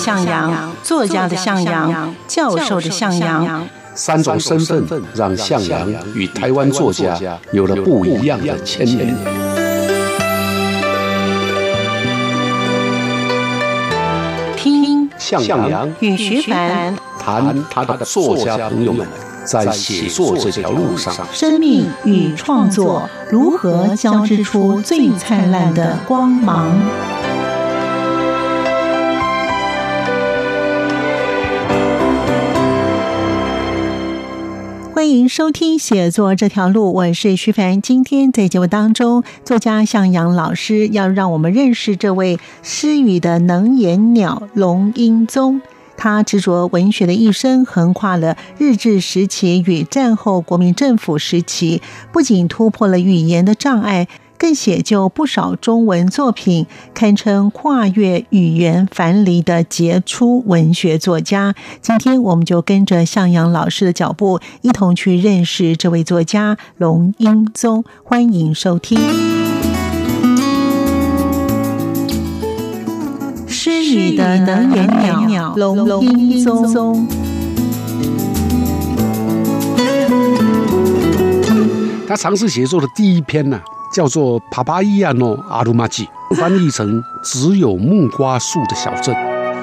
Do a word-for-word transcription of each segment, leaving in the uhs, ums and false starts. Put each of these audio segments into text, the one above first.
向阳，作家的向阳，教授的向阳， 三种身份让向阳与台湾作家有了不一样的牵连。 听向阳与徐凡谈他的作家朋友们在写作这条路上， 生命与创作如何交织出最灿烂的光芒。欢迎收听写作这条路，我是徐凡。今天在节目当中，作家向阳老师要让我们认识这位诗语的能言鸟龙瑛宗。他执着文学的一生，横跨了日治时期与战后国民政府时期，不仅突破了语言的障碍，更写就不少中文作品，堪称跨越语言樊篱的杰出文学作家。今天我们就跟着向阳老师的脚步，一同去认识这位作家龙瑛宗。欢迎收听诗语的能言鸟龙瑛宗。 他尝试写作的第一篇呢、啊，叫做《帕帕伊亚诺阿鲁玛吉》，翻译成只有木瓜树的小镇。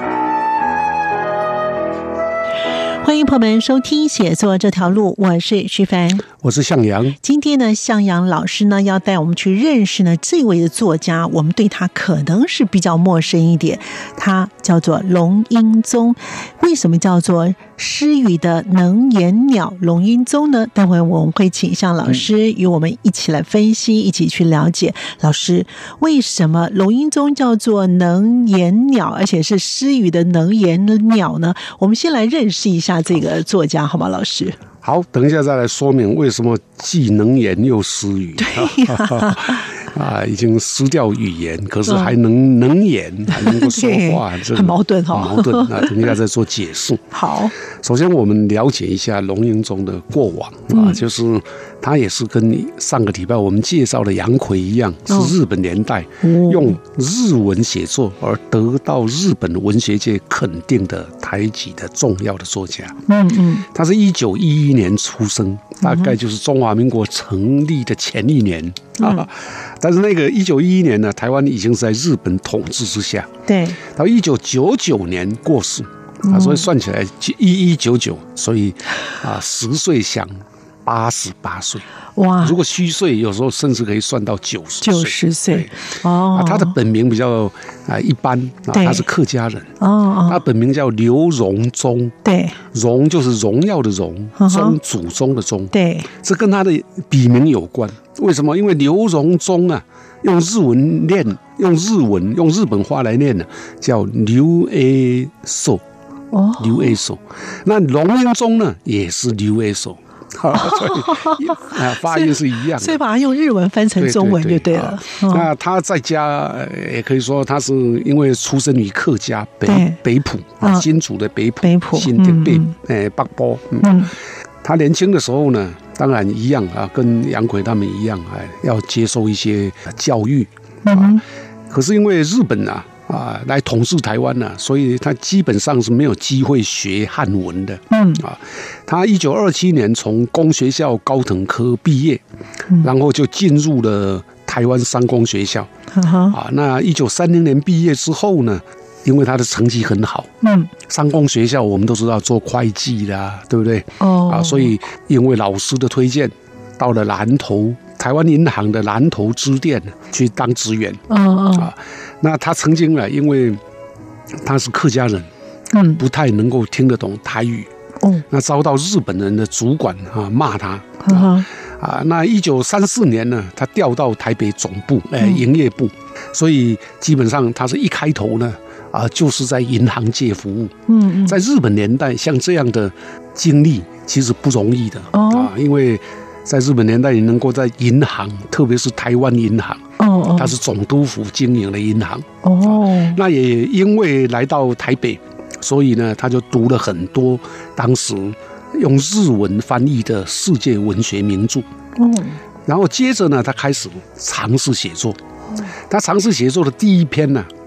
欢迎朋友们收听写作这条路，我是徐凡， 我是向阳。 今天呢，向阳老师呢要带我们去认识呢这位的作家，我们对他可能是比较陌生一点，他叫做龙瑛宗。为什么叫做诗语的能言鸟龙瑛宗呢？待会我们会请向老师与我们一起来分析，一起去了解。老师，为什么龙瑛宗叫做能言鸟，而且是诗语的能言鸟呢？我们先来认识一下这个作家好吗？老师， 好，等一下再来说明为什么既能言又诗语。 对呀、 啊，已经失掉语言，可是还能、嗯、能言，还能够说话，这很矛盾哈、哦， 矛盾。那等一下再做解释。 好， 首先我们了解一下龙瑛宗的过往啊、嗯，就是他也是跟上个礼拜我们介绍的杨逵一样，是日本年代、哦、用日文写作而得到日本文学界肯定的台籍的重要的作家。 嗯嗯， 他是一九一一年出生，大概就是中华民国成立的前一年、嗯、啊。但是那个一九一一年呢，台湾已经是在日本统治之下。 对， 到一九九九年过世啊，所以算起来一一九九，所以啊，十岁享八十八岁。哇！如果虚岁，有时候甚至可以算到九十岁。九十岁哦、啊，他的本名比较啊一般啊，他是客家人哦哦，他本名叫刘荣宗。对，荣就是荣耀的荣，宗祖宗的宗。对，这跟他的笔名有关。为什么？因为刘荣宗啊，用日文念，用日文用日本话来念呢，叫刘 A 寿。哦，刘 A 寿。那龙瑛宗呢，也是刘 A 寿。所以啊，发音是一样的， 所以把它用日文翻成中文就对了。 对对对啊、那他在家也可以说，他是因为出生于客家北北埔啊，新竹的北埔，北埔新的北诶北埔。嗯，嗯他年轻的时候呢，当然一样啊，跟杨逵他们一样，哎，要接受一些教育啊。嗯、可是因为日本啊。啊，来统治台湾呢、啊，所以他基本上是没有机会学汉文的。嗯啊，他一九二七年从工学校高等科毕业，嗯、然后就进入了台湾商工学校。嗯、啊，那一九三零年毕业之后呢，因为他的成绩很好，嗯，商工学校我们都知道做会计啦，对不对？哦，啊，所以因为老师的推荐，到了南投台湾银行的南投支店去当职员。哦啊。那他曾经啊，因为他是客家人，嗯，不太能够听得懂台语，哦，那遭到日本人的主管啊骂他，啊，啊那一九三四年呢，他调到台北总部，哎、呃，营业部，所以基本上他是一开头呢，啊，就是在银行界服务，嗯，在日本年代像这样的经历其实不容易的，哦，啊，因为在日本年代，你能够在银行，特别是台湾银行。哦，他是总督府经营的银行哦、啊，那也因为来到台北，所以呢，他就读了很多当时用日文翻译的世界文学名著。哦，然后接着呢，他开始尝试写作。他尝试写作的第一篇呢、啊，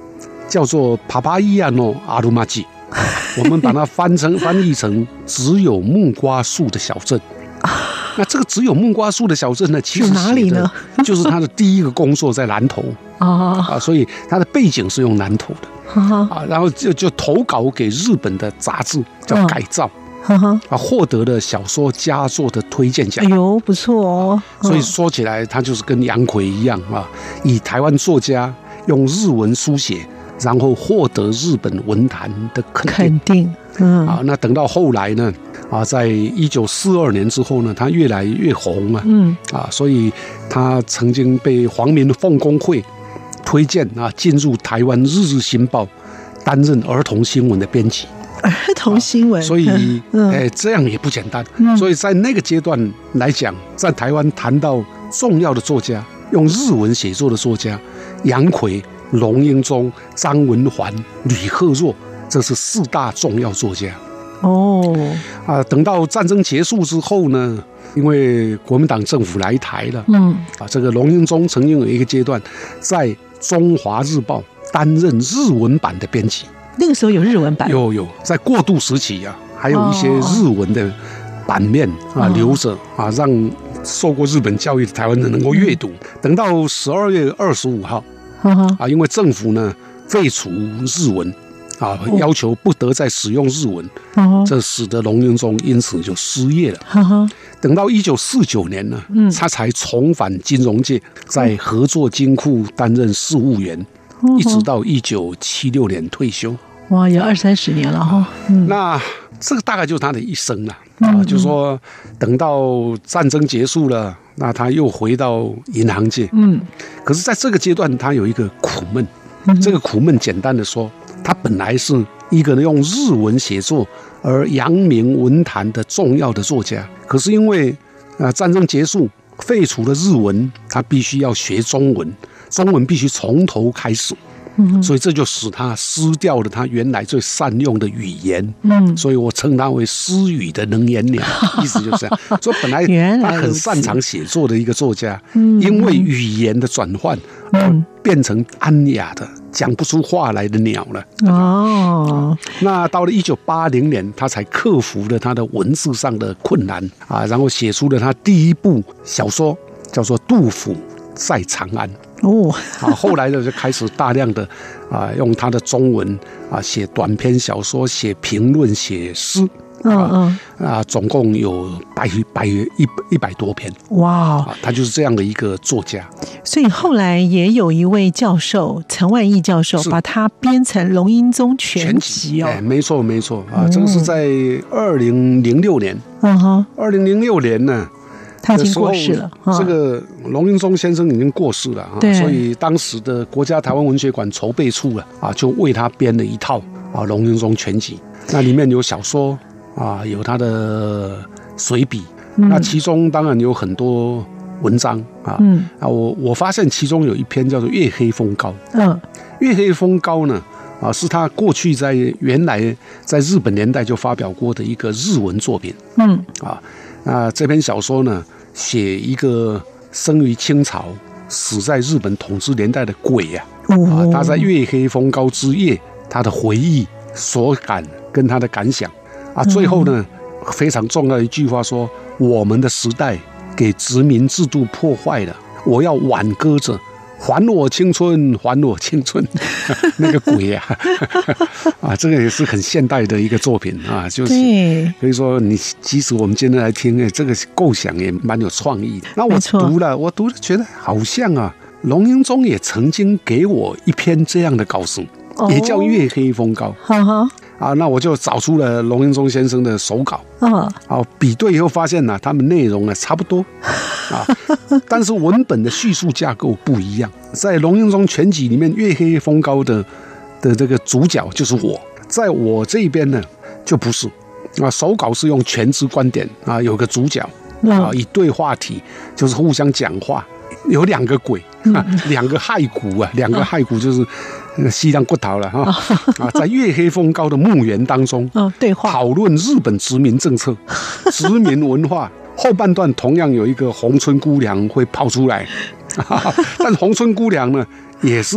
叫做帕帕伊亚诺阿鲁马吉，我们把它翻成翻译成只有木瓜树的小镇。那这个只有木瓜树的小镇呢，其实哪里呢？ 就是他的第一个工作在南投啊，所以他的背景是用南投的啊，然后就就投稿给日本的杂志叫《改造》。啊，获得了小说佳作的推荐奖。 哎呦，不错哦！ 所以说起来，他就是跟杨逵一样啊，以台湾作家用日文书写，然后获得日本文坛的肯定。 肯定，嗯啊，那等到后来呢，啊，在一九四二年之后呢，他越来越红啊，嗯啊，所以他曾经被黄民奉公会推荐啊，进入台湾《日日新报》，担任儿童新闻的编辑。 儿童新闻， 啊、所以，哎、嗯欸，这样也不简单、嗯。所以在那个阶段来讲，在台湾谈到重要的作家，用日文写作的作家，杨逵、龙应宗、张文环、吕赫若，这是四大重要作家。哦，啊，等到战争结束之后呢，因为国民党政府来台了，嗯，啊，这个龙应宗曾经有一个阶段，在《中华日报》担任日文版的编辑。 那个时候有日文版， 有有，在过渡时期啊，还有一些日文的版面啊、哦、留着啊，让受过日本教育的台湾人能够阅读。嗯、等到十二月二十五号、嗯、啊，因为政府呢废除日文啊，要求不得再使用日文，嗯、这使得龙应宗因此就失业了。嗯、等到一九四九年呢，嗯、他才重返金融界，在合作金库担任事务员。嗯、一直到一九七六年退休， 哇，有二三十年了哈、嗯。 那这个大概就是他的一生了、嗯、啊，就是说等到战争结束了，那他又回到银行界。嗯，可是在这个阶段，他有一个苦闷。嗯、这个苦闷，简单的说，他本来是一个用日文写作而扬名文坛的重要的作家，可是因为啊战争结束，废除了日文，他必须要学中文。中文必须从头开始，嗯，所以这就使他失掉了他原来最善用的语言，嗯，所以我称他为失语的能言鸟，意思就是这样。所以本来他很擅长写作的一个作家，嗯，因为语言的转换，嗯，变成安雅的讲不出话来的鸟了。哦，那到了一九八零年，他才克服了他的文字上的困难啊，然后写出了他第一部小说，叫做《杜甫在长安》。哦，啊，后来呢就开始大量的啊用他的中文啊写短篇小说、写评论、写诗，嗯嗯啊，总共有百百一一百多篇。哇、啊，他就是这样的一个作家。 所以后来也有一位教授陈万益教授把他编成《龙应宗全集》哦。 哎，没错没错啊，这个是在二零零六年。嗯哼，二零零六年呢。 他已经过世了， 哦、这个龙应宗先生已经过世了啊，所以当时的国家台湾文学馆筹备处啊，啊就为他编了一套啊龙应宗全集，那里面有小说啊，有他的随笔，嗯、那其中当然有很多文章啊，嗯、啊我我发现其中有一篇叫做《月黑风高》，嗯，《月黑风高》呢啊是他过去在原来在日本年代就发表过的一个日文作品，嗯啊。那这篇小说呢，写一个生于清朝、死在日本统治年代的鬼啊，啊，他在月黑风高之夜，他的回忆、所感跟他的感想啊，最后呢，非常重要的一句话说：我们的时代给殖民制度破坏了，我要挽歌着。还我青春，还我青春，那个鬼啊，啊，这个也是很现代的一个作品啊，就是可以说你即使我们今天来听，哎，这个构想也蛮有创意的。那我读了，我读了觉得好像啊，龙应宗也曾经给我一篇这样的稿子，也叫《月黑风高》。哦啊，那我就找出了龙应宗先生的手稿，啊，比对以后发现呢、啊，他们内容呢差不多，啊，但是文本的叙述架构不一样。在龙应宗全集里面，《月黑风高》的的这个主角就是我，在我这边呢就不是，啊，手稿是用全知观点啊，有个主角啊，以对话体就是互相讲话，有两个鬼。啊，两个骸骨啊，两个骸骨就是西凉骨头了哈啊，在月黑风高的墓园当中， 对话讨论日本殖民政策、殖民文化。后半段同样有一个红村姑娘会跑出来，但红村姑娘呢，也是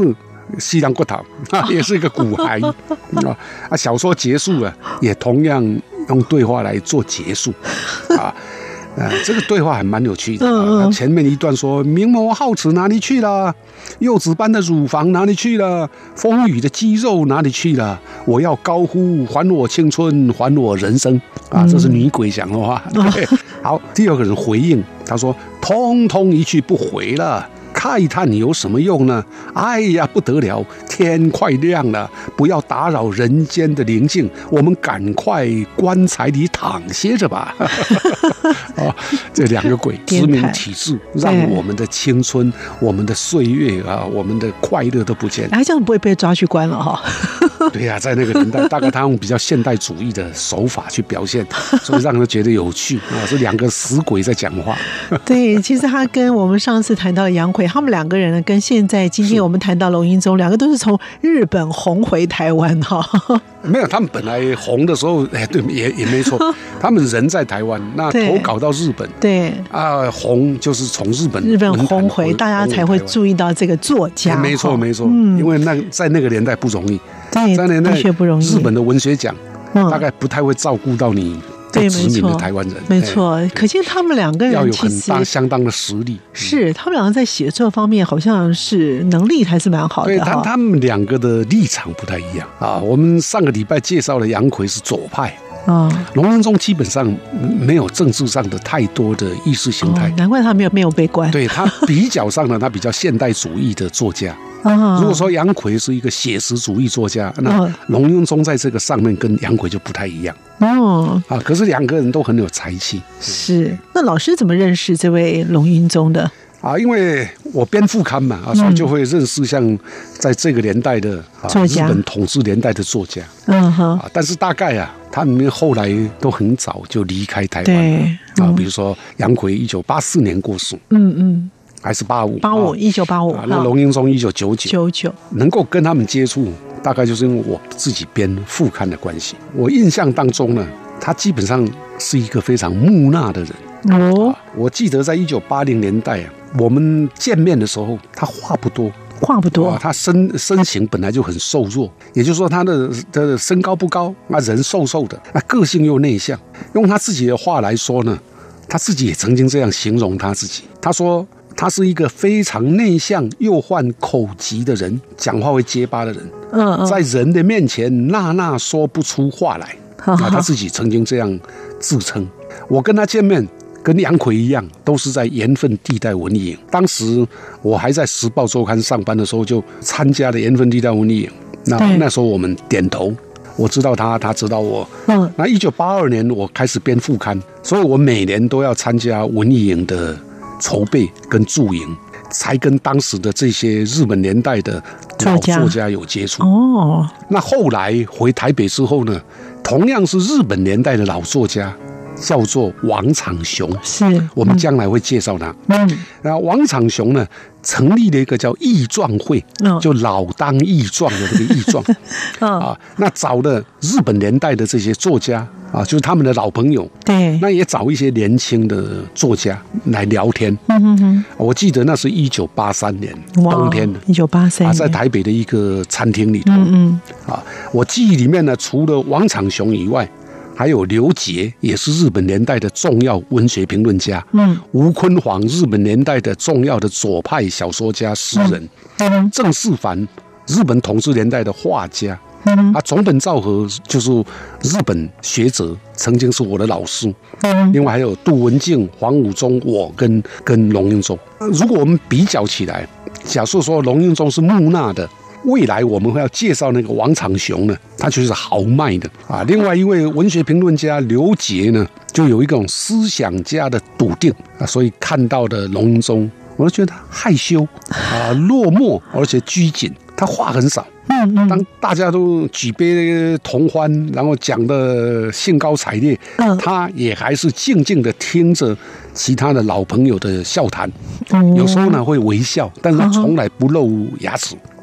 西凉国头啊，也是一个骨骸啊。啊，小说结束了，也同样用对话来做结束啊。啊，这个对话还蛮有趣的、啊。前面一段说明眸皓齿哪里去了？柚子般的乳房哪里去了？丰腴的肌肉哪里去了？我要高呼还我青春，还我人生啊！这是女鬼讲的话。对，好，第二个人回应他说：通通一去不回了。慨叹有什么用呢？哎呀，不得了，天快亮了，不要打扰人间的宁静，我们赶快棺材里躺歇着吧。哦，这两个鬼殖民体制，让我们的青春、我们的岁月啊，我们的快乐都不见。 哎，这样不会被抓去关了哈？ 对呀、啊，在那个年代，大概他用比较现代主义的手法去表现，所以让人觉得有趣啊。这两个死鬼在讲话。 对，其实他跟我们上次谈到的杨奎，他们两个人呢，跟现在今天我们谈到龙应宗，两个都是从日本红回台湾哈。 没有，他们本来红的时候，哎，对，也也没错，他们人在台湾，那投稿到日本， 对啊，红就是从日本日本红回，大家才会注意到这个作家。 没错，没错，嗯，因为那在那个年代不容易， 对， 在那的确不容易。 日本的文学奖，嗯，大概不太会照顾到你。对，殖民的台湾人， 没错，可见他们两个人要有很大相当的实力。 是，他们两个在写作方面好像是能力还是蛮好的。 对，但他们两个的立场不太一样啊。我们上个礼拜介绍了杨奎是左派。啊，龙应宗基本上没有政治上的太多的意识形态， 哦、难怪他没有没有被关。 对，他比较上呢，他比较现代主义的作家。如果说杨奎是一个写实主义作家，那龙应宗在这个上面跟杨奎就不太一样。哦，啊，可是两个人都很有才气。 是，那老师怎么认识这位龙应宗的？ 啊，因为我编副刊嘛，啊，所以就会认识像在这个年代的、啊、日本统治年代的作家。嗯哼，啊，但是大概啊，他们后来都很早就离开台湾。对，啊，比如说杨奎一九八四年过世。嗯嗯。还是八五， 八五一九八五。 那龙应宗一九九九， 九九能够跟他们接触，大概就是因为我自己编副刊的关系。我印象当中呢，他基本上是一个非常木讷的人。哦，啊、我记得在一九八零年代啊，我们见面的时候，他话不多， 话不多。 啊、他身身形本来就很瘦弱，也就是说他的的身高不高，那人瘦瘦的，那个性又内向。用他自己的话来说呢，他自己也曾经这样形容他自己，他说。他是一个非常内向又患口疾的人，讲话会结巴的人。嗯嗯，在人的面前呐呐说不出话来。啊，他自己曾经这样自称。我跟他见面，跟杨奎一样，都是在盐分地带文艺营。当时我还在《时报周刊》上班的时候，就参加了盐分地带文艺营。那那时候我们点头。我知道他，他知道我。嗯，那一九八二年我开始编副刊，所以我每年都要参加文艺营的筹备跟驻营，才跟当时的这些日本年代的老作家有接触。哦，那后来回台北之后呢，同样是日本年代的老作家，叫做王长雄。是，我们将来会介绍他。嗯，那王长雄呢，成立了一个叫义壮会，嗯、就老当益壮的这个义壮。嗯、啊，那找了日本年代的这些作家。啊，就是他们的老朋友，对，那也找一些年轻的作家来聊天。嗯哼哼，我记得那是一九八三年冬天的， 一九八三年， 在台北的一个餐厅里头。嗯嗯，啊，我记忆里面呢，除了王长雄以外，还有刘杰，也是日本年代的重要文学评论家。嗯，吴坤煌，日本年代的重要的左派小说家、诗人。嗯，郑世蕃，日本统治年代的画家。啊，总本昭和就是日本学者，曾经是我的老师。嗯，另外还有杜文静、黄武忠，我跟跟龙应宗。如果我们比较起来，假设说龙应宗是木讷的，未来我们会要介绍那个王长雄呢，他就是豪迈的啊。另外一位文学评论家刘杰呢，就有一种思想家的笃定啊，所以看到的龙应宗，我都觉得他害羞啊、落寞，而且拘谨，他话很少。当大家都举杯同欢，然后讲的兴高采烈，嗯、他也还是静静的听着其他的老朋友的笑谈，嗯、有时候呢会微笑，但是他从来不露牙齿。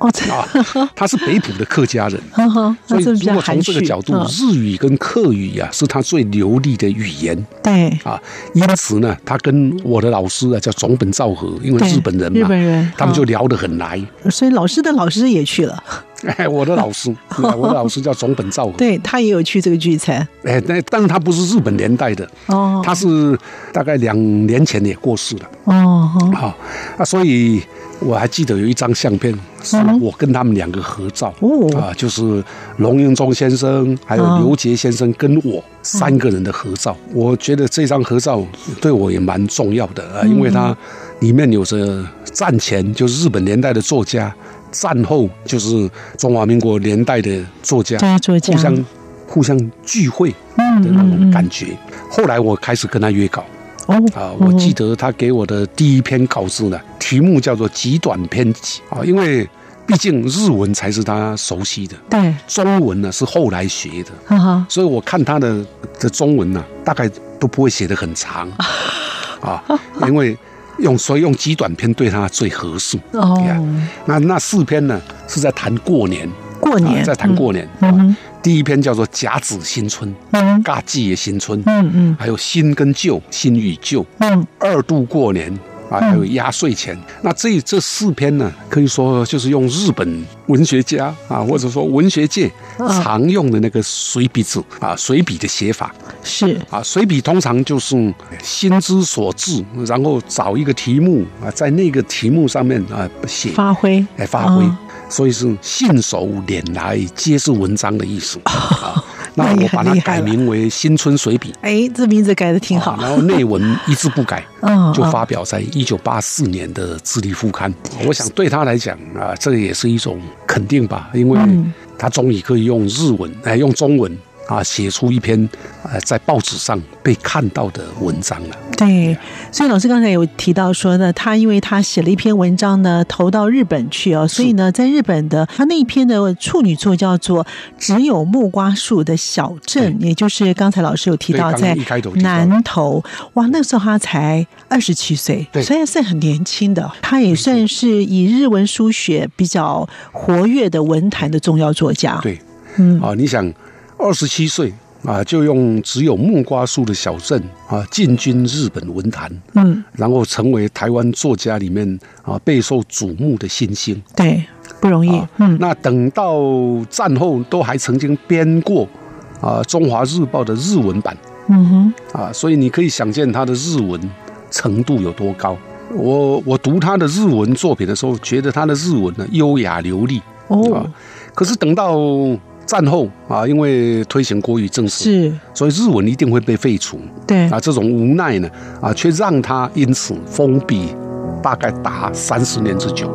哦， 啊，他是北埔的客家人，所以如果从这个角度，日语跟客语啊是他最流利的语言。 对啊，因此呢，他跟我的老师啊叫总本照和，因为日本人嘛， 日本人， 他们就聊得很来。 所以老师的老师也去了。 哎，我的老师，我的老师叫总本照和， 对他也有去这个聚餐。 哎，那但是他不是日本年代的哦，他是大概两年前也过世了哦。好啊，所以我还记得有一张相片是我跟他们两个合照哦啊，就是龙应宗先生还有刘杰先生跟我三个人的合照。我觉得这张合照对我也蛮重要的啊，因为它里面有着战前就是日本年代的作家。战后就是中华民国年代的作家，互相互相聚会的那种感觉。嗯嗯嗯、后来我开始跟他约稿，哦啊，我记得他给我的第一篇稿子呢，题目叫做《极短篇集》啊，因为毕竟日文才是他熟悉的， 对， 中文呢是后来学的，呵呵所以我看他的的中文呢，大概都不会写得很长啊，因为。用所以用极短篇对他最合适哦。那那四篇呢是在谈过年， 过年、 啊、在谈过年。嗯嗯、第一篇叫做甲子新春，嗯，尬季的新春，嗯嗯，还有新跟旧，新与旧，嗯，二度过年。啊，还有压岁钱。那这这四篇呢，可以说就是用日本文学家啊，或者说文学界常用的那个随笔字啊，随笔的写法是啊，随笔通常就是心之所至，然后找一个题目啊，在那个题目上面啊写发挥， 哎发挥，哦、所以是信手拈来皆是文章的意思啊。那我把它改名为新春随笔。 哎，这名字改得挺好。啊、 然后内文一字不改，嗯，就发表在一九八四年的《智利副刊》。我想对他来讲啊，这个也是一种肯定吧，因为他终于可以用日文，哎，用中文啊，写出一篇呃在报纸上被看到的文章了。 对，所以老师刚才有提到说呢，他因为他写了一篇文章呢，投到日本去哦，所以呢，在日本的他那一篇的处女作叫做《只有木瓜树的小镇》，也就是刚才老师有提到在南投。哇，那时候他才二十七岁，虽然是很年轻的，他也算是以日文书写比较活跃的文坛的重要作家。 对，嗯啊，你想二十七岁。啊，就用只有木瓜树的小镇啊，进军日本文坛，嗯，然后成为台湾作家里面啊备受瞩目的新星， 对，不容易。啊、嗯， 那等到战后都还曾经编过啊《中华日报》的日文版，嗯哼，啊，所以你可以想见他的日文程度有多高。我我读他的日文作品的时候，觉得他的日文呢优雅流利哦、啊，可是等到战后啊，因为推行国语政策，是，所以日文一定会被废除。 对啊，这种无奈呢，啊，却让他因此封闭，大概达三十年之久。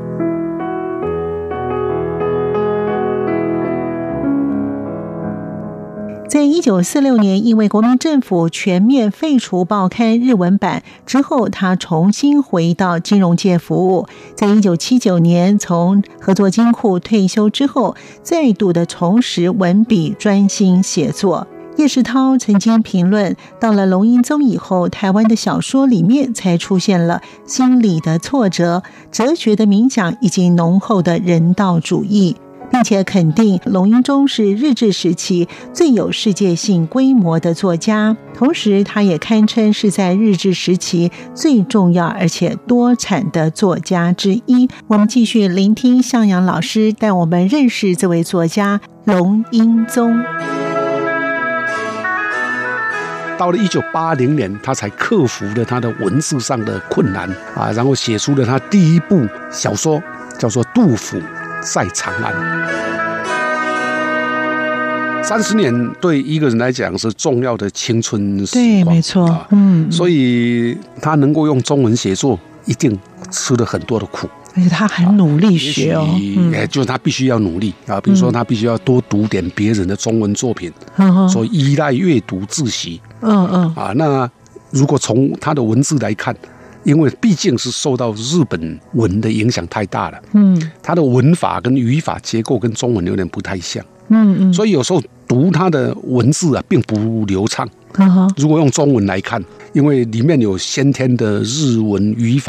在一九四六年，因为国民政府全面废除报刊日文版之后，他重新回到金融界服务。在一九七九年从合作金库退休之后，再度的重拾文笔，专心写作。叶世涛曾经评论，到了龙应宗以后，台湾的小说里面才出现了心理的挫折、哲学的冥想以及浓厚的人道主义，并且肯定龙应宗是日治时期最有世界性规模的作家，同时他也堪称是在日治时期最重要而且多产的作家之一。我们继续聆听向阳老师带我们认识这位作家龙应宗。 到了一九八零年，他才克服了他的文字上的困难啊，然后写出了他第一部小说，叫做《杜甫在长安》。三十年对一个人来讲是重要的青春时光， 对，没错，嗯， 所以他能够用中文写作，一定吃了很多的苦。 而且他很努力学哦， 嗯、就是他必须要努力啊，比如说他必须要多读点别人的中文作品，嗯、所以依赖阅读自习。嗯嗯啊，那如果从他的文字来看，因为毕竟是受到日本文的影响太大了，嗯，他的文法跟语法结构跟中文有点不太像，嗯嗯，所以有时候读他的文字啊，并不流畅。如果用中文来看，因为里面有先天的日文语法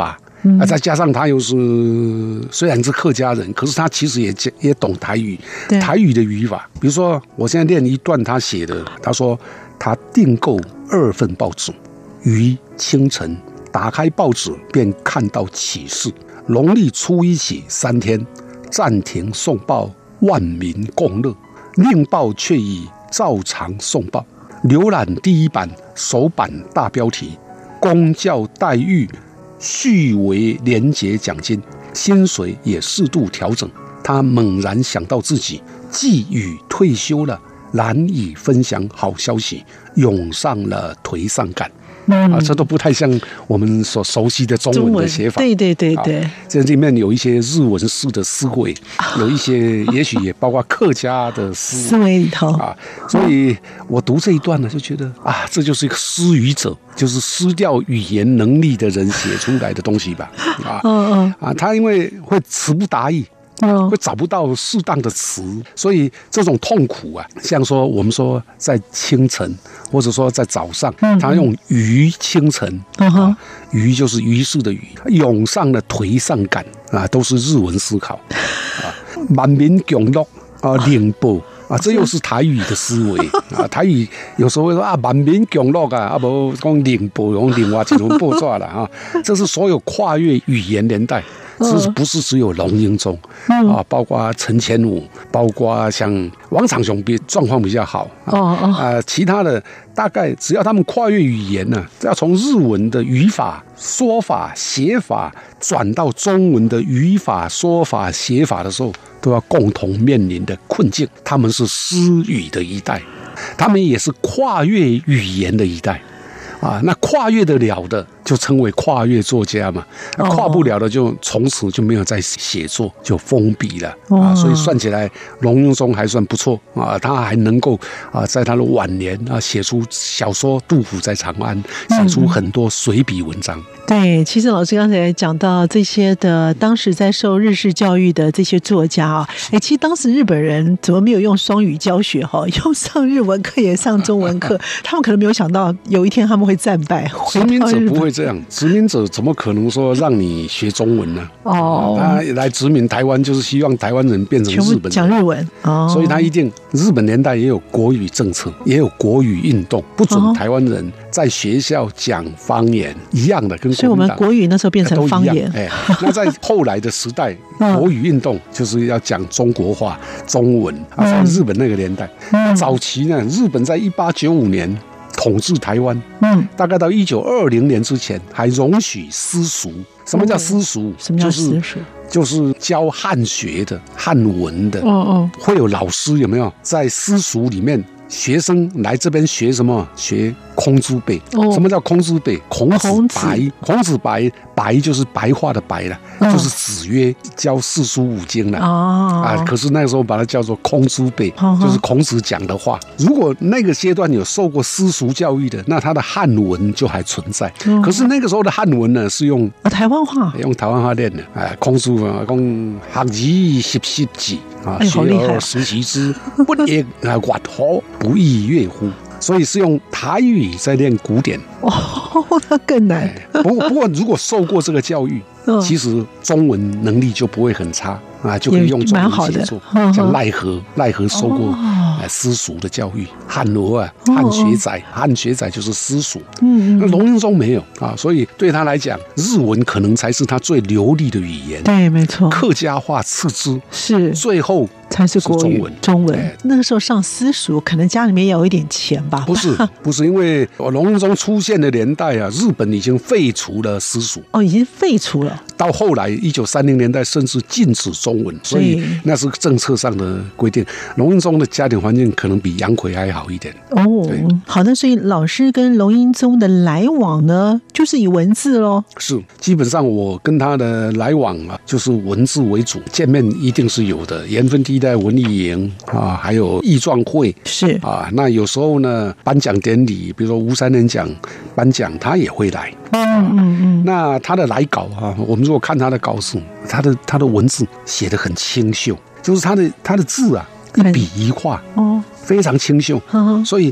嗯、 啊，再加上他又是虽然是客家人，可是他其实也也懂台语，台语的语法。比如说，我现在念一段他写的，他说他订购二份报纸，于清晨打开报纸便看到启事，农历初一起三天暂停送报，万民共乐。另报却已照常送报。浏览第一版首版大标题，公教待遇续为廉洁奖金，薪水也适度调整。他猛然想到自己既已退休了，难以分享好消息，涌上了颓丧感。嗯、啊，这都不太像我们所熟悉的中文的写法。 对对对对、啊， 这里面有一些日文式的思维，啊、有一些也许也包括客家的思思维里头啊。所以我读这一段呢，就觉得啊，这就是一个失语者，就是失掉语言能力的人写出来的东西吧。啊，嗯嗯啊，他因为会词不达意。会找不到适当的词，所以这种痛苦啊，像说我们说在清晨，或者说在早上，他用于清晨，啊，于就是于是的于，涌上了颓丧感啊，都是日文思考啊，万民共乐啊，领报。啊，这又是台语的思维啊！台语有时候会说啊，万民共乐啊，啊不讲领报，用另外一种报纸了啊。这是所有跨越语言年代，是不是只有龙应宗啊？包括陈乾武，包括像王长雄，比状况比较好啊。啊，其他的大概只要他们跨越语言呢、啊，要从日文的语法、说法、写法转到中文的语法、说法、写法的时候，都要共同面临的困境。他们是失语的一代，他们也是跨越语言的一代啊。那跨越得了的就称为跨越作家嘛，那跨不了的就从此就没有再写作，就封闭了啊。所以算起来，龙应宗还算不错啊，他还能够啊，在他的晚年啊，写出小说《杜甫在长安》，写出很多随笔文章。 对，其实老师刚才讲到这些的，当时在受日式教育的这些作家啊，哎，其实当时日本人怎么没有用双语教学哈？又上日文课也上中文课，他们可能没有想到有一天他们会战败。 殖民者不会这样，殖民者怎么可能说让你学中文呢？哦，他来殖民台湾就是希望台湾人变成日本人， 讲日文哦， 所以他一定日本年代也有国语政策，也有国语运动，不准台湾人在学校讲方言一样的，跟所以我们国语那时候变成方言。 哎，那在后来的时代，国语运动就是要讲中国话、中文啊。在日本那个年代，嗯、早期呢，日本在一八九五年统治台湾，嗯，大概到一九二零年之前，还容许私塾。什么叫私塾？ 什么叫私塾？ 就是教汉学的、汉文的。哦哦，会有老师有没有在私塾里面？学生来这边学什么？学空之辈。哦、什么叫空之辈？孔子白，孔子白，白就是白话的白了，哦、就是子曰教四书五经了。哦、啊，可是那个时候把它叫做空之辈，哦、就是孔子讲的话。如果那个阶段有受过私塾教育的，那他的汉文就还存在。哦、可是那个时候的汉文呢，是用、 哦、台湾话， 用台湾话练的。哎，孔子啊，讲学而时习之。啊，学而时习之，不亦乐乎？不亦乐乎？所以是用台语在练古典。 哦，那更难。 不过，不过如果受过这个教育，其实中文能力就不会很差啊，就可以用中文写作。像赖和，赖和受过私塾的教育，汉罗啊，汉学仔，汉学仔就是私塾。嗯嗯。龙应宗没有啊，所以对他来讲，日文可能才是他最流利的语言。 对，没错。 客家话次之， 是最后才是国语。中文。那个时候上私塾，可能家里面也有一点钱吧？ 不是，不是，因为龙应宗出现的年代啊，日本已经废除了私塾。 哦，已经废除了。 到后来一九三零年代，甚至禁止中文，所以那是政策上的规定。龙应宗的家庭环境可能比杨逵还好一点。 哦，好的，所以老师跟龙应宗的来往呢，就是以文字咯。 是，基本上我跟他的来往啊，就是文字为主，见面一定是有的。盐分地带文艺营啊，还有艺壮会是啊，那有时候呢，颁奖典礼，比如说吴三连奖颁奖，他也会来。嗯嗯嗯。那他的来稿啊，我们如果看他的稿子，他的他的文字写得很清秀，就是他的他的字啊，一笔一画哦，非常清秀。所以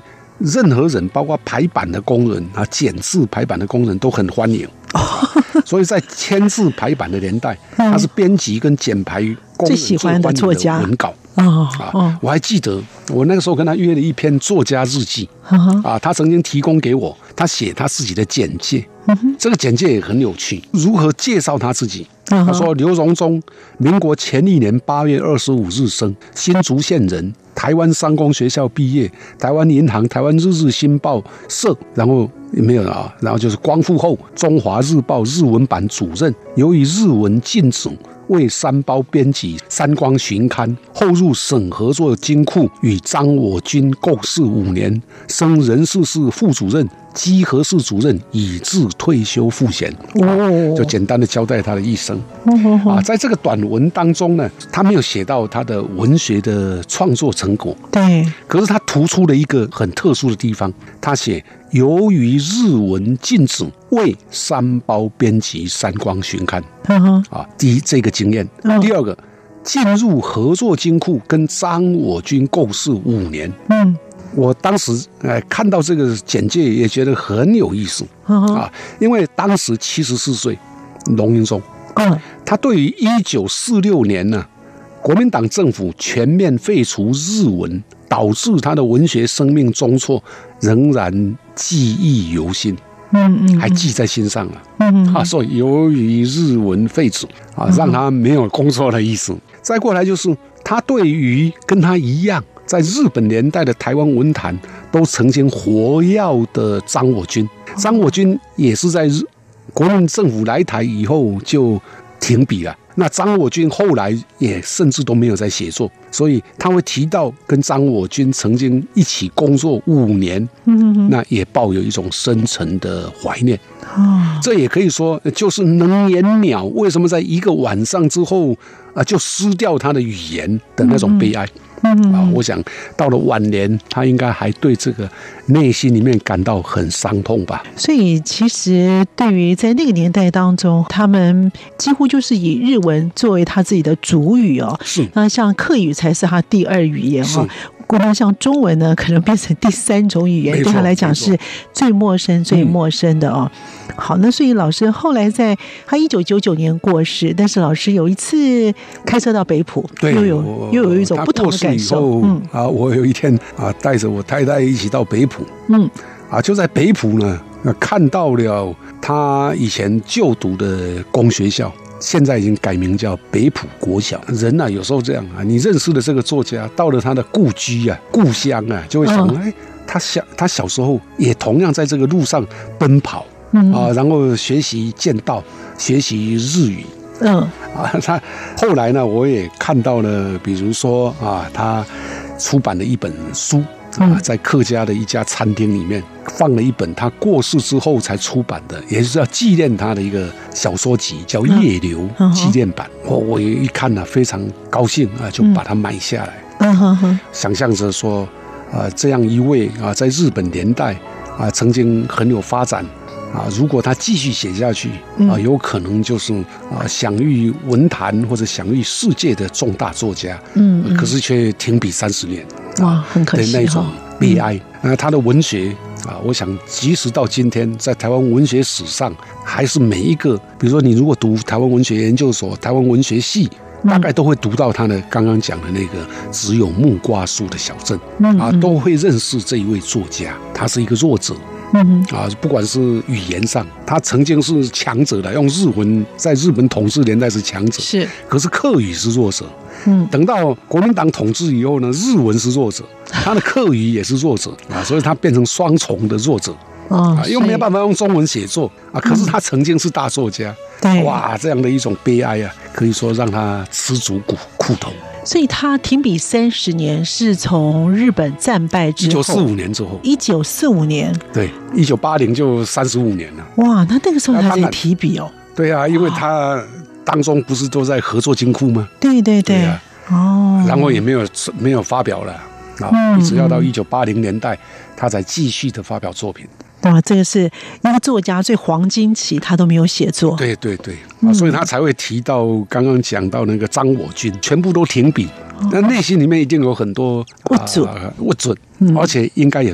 任何人，包括排版的工人啊、剪字排版的工人都很欢迎。所以在签字排版的年代，他是编辑跟剪排工人最喜欢的作家文稿。 哦啊，我还记得我那个时候跟他约了一篇作家日记，啊，他曾经提供给我，他写他自己的简介，这个简介也很有趣，如何介绍他自己。他说刘荣忠，民国前一年八月二十五日生，新竹县人，台湾商工学校毕业，台湾银行、台湾日日新报社，然后没有啊，然后就是光复后中华日报日文版主任，由于日文禁止，为三包编辑三光巡刊，后入省合作金库，与张我军共事五年，升人事室副主任、稽核室主任，以至退休赋闲。哦，就简单的交代他的一生。啊，在这个短文当中呢，他没有写到他的文学的创作成果。 对， 可是他突出了一个很特殊的地方，他写由于日文禁止，为三包编辑三光巡刊。啊，第一这个经验，第二个进入合作金库，跟张我军共事五年。嗯，我当时呃看到这个简介也觉得很有意思啊，因为当时七十四岁，龙应忠，嗯，他对于一九四六年呢，国民党政府全面废除日文，导致他的文学生命中辍，仍然记忆犹新。嗯嗯，还记在心上了。嗯啊，所以由于日文废止啊，让他没有工作的意思。再过来就是他对于跟他一样在日本年代的台湾文坛都曾经活跃的张我军，张我军也是在日国民政府来台以后就停笔了。那张我军后来也甚至都没有在写作，所以他会提到跟张我军曾经一起工作五年，那也抱有一种深沉的怀念。这也可以说就是能言鸟为什么在一个晚上之后啊就失掉他的语言的那种悲哀。啊，我想到了晚年，他应该还对这个内心里面感到很伤痛吧。 所以，其实对于在那个年代当中，他们几乎就是以日文作为他自己的主语哦。 是， 那像客语才是他第二语言哦。那像中文呢，可能变成第三种语言，对他来讲是最陌生、最陌生的哦。嗯、好，那所以老师后来在他一九九九年过世，但是老师有一次开车到北埔， 对， 又有又有一种不同的感受。 嗯啊，我有一天啊带着我太太一起到北埔，嗯啊就在北埔呢看到了他以前就读的公学校。现在已经改名叫北埔国小。人啊，有时候这样啊，你认识的这个作家，到了他的故居啊、故乡啊，就会想，哎、嗯，他小他小时候也同样在这个路上奔跑，嗯啊，然后学习剑道，学习日语，嗯啊，他后来呢，我也看到了，比如说啊，他出版了一本书。啊，在客家的一家餐厅里面放了一本他过世之后才出版的，也是要纪念他的一个小说集，叫《夜流》纪念版。我我一看呢、啊，非常高兴啊，就把它买下来。嗯、想象着说，啊，这样一位啊，在日本年代啊，曾经很有发展。啊，如果他继续写下去啊，有可能就是啊享誉文坛或者享誉世界的重大作家。嗯，嗯可是却停笔三十年， 哇，很可惜的那种悲哀。那、嗯、他的文学啊，我想即使到今天，在台湾文学史上，还是每一个，比如说你如果读台湾文学研究所、台湾文学系，大概都会读到他的刚刚讲的那个只有木瓜树的小镇，嗯、啊，都会认识这一位作家，他是一个弱者。嗯啊，不管是语言上，他曾经是强者的，用日文在日本统治年代是强者，是，可是客语是弱者。嗯，等到国民党统治以后呢，日文是弱者，他的客语也是弱者啊，所以他变成双重的弱者。哦，啊、又没有办法用中文写作啊，可是他曾经是大作家。对，哇，这样的一种悲哀啊，可以说让他吃足苦苦头。 所以他停笔三十年，是从日本战败之后， 一九四五年之后， 一九四五年， 对，一九八零就三十五年了。 哇，那那个时候才可以提笔哦。 对啊，因为他当中不是都在合作金库吗？ 对对 对, 对、啊，哦， 然后也没有没有发表了啊，嗯、一直要到一九八零年代，他才继续的发表作品。 哇，这个是一个作家最黄金期，他都没有写作。 对对对，嗯、所以他才会提到刚刚讲到那个张我军，全部都停笔。那、哦、内心里面一定有很多不准，不、呃、准，嗯、而且应该也都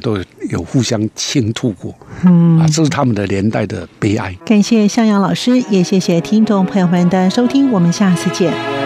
有互相倾吐过，嗯啊，这是他们的年代的悲哀。 感谢向阳老师，也谢谢听众朋友们的收听，我们下次见。